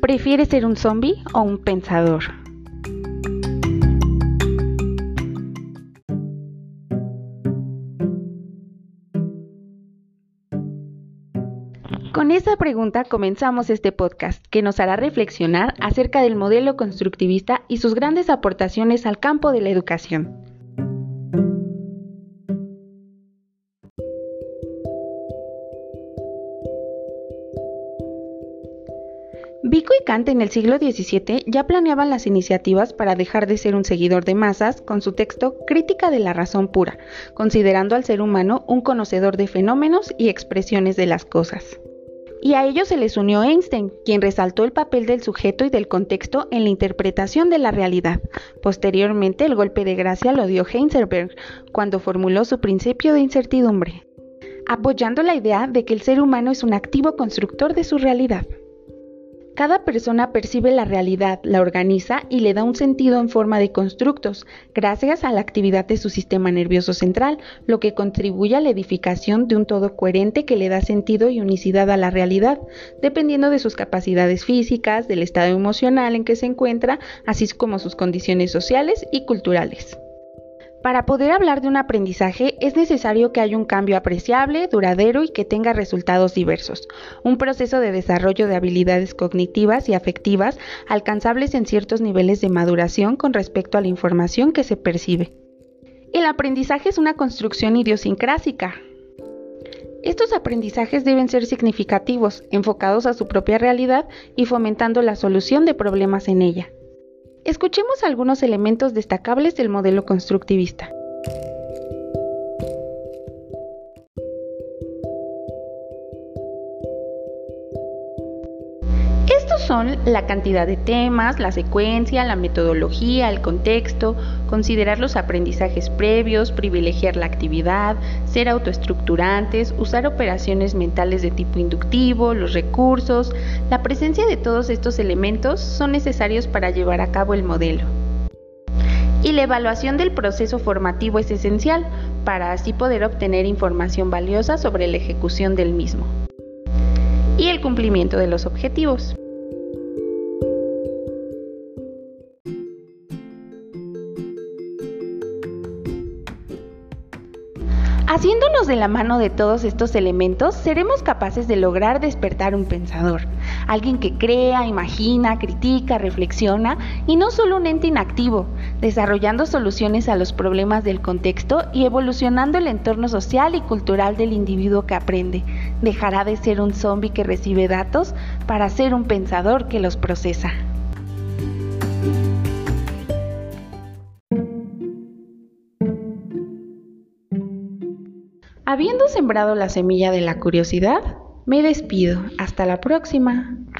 ¿Prefieres ser un zombie o un pensador? Con esa pregunta comenzamos este podcast que nos hará reflexionar acerca del modelo constructivista y sus grandes aportaciones al campo de la educación. Vico y Kant en el siglo XVII ya planeaban las iniciativas para dejar de ser un seguidor de masas con su texto Crítica de la razón pura, considerando al ser humano un conocedor de fenómenos y expresiones de las cosas. Y a ello se les unió Einstein, quien resaltó el papel del sujeto y del contexto en la interpretación de la realidad. Posteriormente, el golpe de gracia lo dio Heisenberg, cuando formuló su principio de incertidumbre, apoyando la idea de que el ser humano es un activo constructor de su realidad. Cada persona percibe la realidad, la organiza y le da un sentido en forma de constructos, gracias a la actividad de su sistema nervioso central, lo que contribuye a la edificación de un todo coherente que le da sentido y unicidad a la realidad, dependiendo de sus capacidades físicas, del estado emocional en que se encuentra, así como sus condiciones sociales y culturales. Para poder hablar de un aprendizaje es necesario que haya un cambio apreciable, duradero y que tenga resultados diversos, un proceso de desarrollo de habilidades cognitivas y afectivas alcanzables en ciertos niveles de maduración con respecto a la información que se percibe. El aprendizaje es una construcción idiosincrásica. Estos aprendizajes deben ser significativos, enfocados a su propia realidad y fomentando la solución de problemas en ella. Escuchemos algunos elementos destacables del modelo constructivista. Estos son la cantidad de temas, la secuencia, la metodología, el contexto, considerar los aprendizajes previos, privilegiar la actividad, ser autoestructurantes, usar operaciones mentales de tipo inductivo, los recursos. La presencia de todos estos elementos son necesarios para llevar a cabo el modelo. Y la evaluación del proceso formativo es esencial para así poder obtener información valiosa sobre la ejecución del mismo. Y el cumplimiento de los objetivos. Haciéndonos de la mano de todos estos elementos, seremos capaces de lograr despertar un pensador, alguien que crea, imagina, critica, reflexiona y no solo un ente inactivo, desarrollando soluciones a los problemas del contexto y evolucionando el entorno social y cultural del individuo que aprende. Dejará de ser un zombie que recibe datos para ser un pensador que los procesa. Habiendo sembrado la semilla de la curiosidad, me despido. Hasta la próxima.